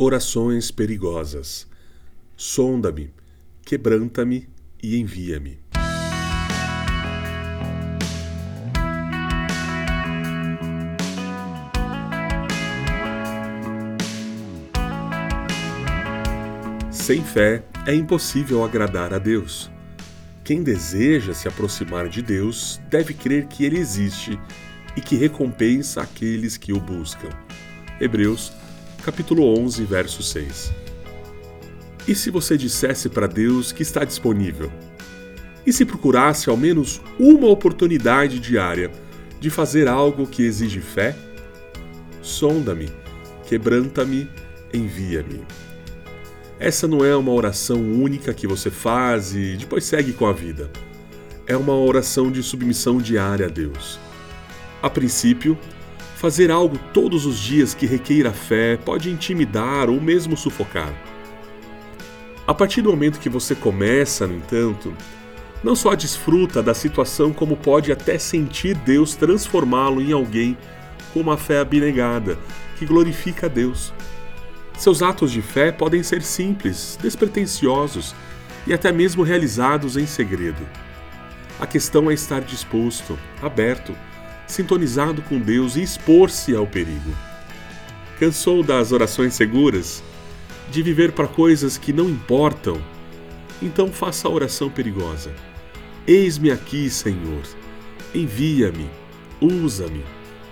Orações perigosas. Sonda-me, quebranta-me e envia-me. Sem fé é impossível agradar a Deus. Quem deseja se aproximar de Deus deve crer que Ele existe e que recompensa aqueles que o buscam. Hebreus, capítulo 11, verso 6. E se você dissesse para Deus que está disponível? E se procurasse ao menos uma oportunidade diária de fazer algo que exige fé? Sonda-me, quebranta-me, envia-me. Essa não é uma oração única que você faz e depois segue com a vida. É uma oração de submissão diária a Deus. A princípio, fazer algo todos os dias que requeira fé pode intimidar ou mesmo sufocar. A partir do momento que você começa, no entanto, não só desfruta da situação, como pode até sentir Deus transformá-lo em alguém com uma fé abnegada, que glorifica a Deus. Seus atos de fé podem ser simples, despretensiosos e até mesmo realizados em segredo. A questão é estar disposto, aberto, sintonizado com Deus e expor-se ao perigo. Cansou das orações seguras? De viver para coisas que não importam? Então faça a oração perigosa. Eis-me aqui, Senhor. Envia-me. Usa-me.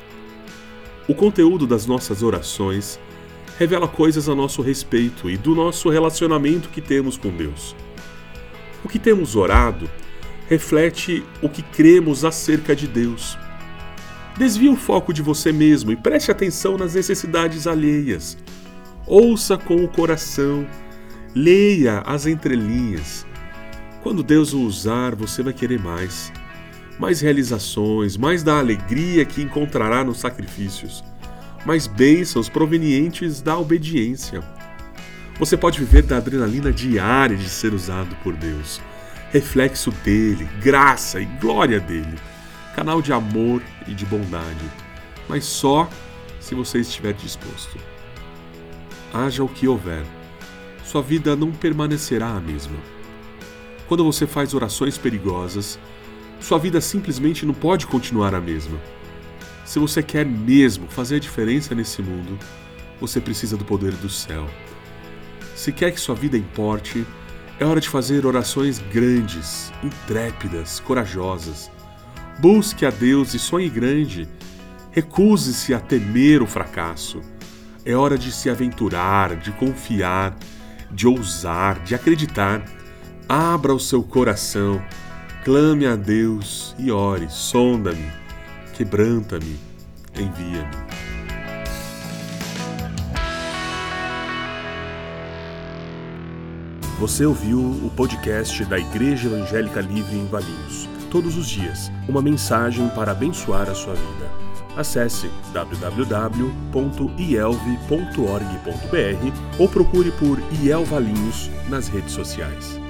O conteúdo das nossas orações revela coisas a nosso respeito e do nosso relacionamento que temos com Deus. O que temos orado reflete o que cremos acerca de Deus. Desvie o foco de você mesmo e preste atenção nas necessidades alheias. Ouça com o coração, leia as entrelinhas. Quando Deus o usar, você vai querer mais. Mais realizações, mais da alegria que encontrará nos sacrifícios. Mais bênçãos provenientes da obediência. Você pode viver da adrenalina diária de ser usado por Deus, reflexo dele, graça e glória dele, canal de amor e de bondade, mas só se você estiver disposto. Haja o que houver, sua vida não permanecerá a mesma. Quando você faz orações perigosas, sua vida simplesmente não pode continuar a mesma. Se você quer mesmo fazer a diferença nesse mundo, você precisa do poder do céu. Se quer que sua vida importe, é hora de fazer orações grandes, intrépidas, corajosas. Busque a Deus e sonhe grande. Recuse-se a temer o fracasso. É hora de se aventurar, de confiar, de ousar, de acreditar. Abra o seu coração, clame a Deus e ore. Sonda-me. Quebranta-me, envia-me. Você ouviu o podcast da Igreja Evangélica Livre em Valinhos. Todos os dias, uma mensagem para abençoar a sua vida. Acesse www.ielve.org.br ou procure por IEL Valinhos nas redes sociais.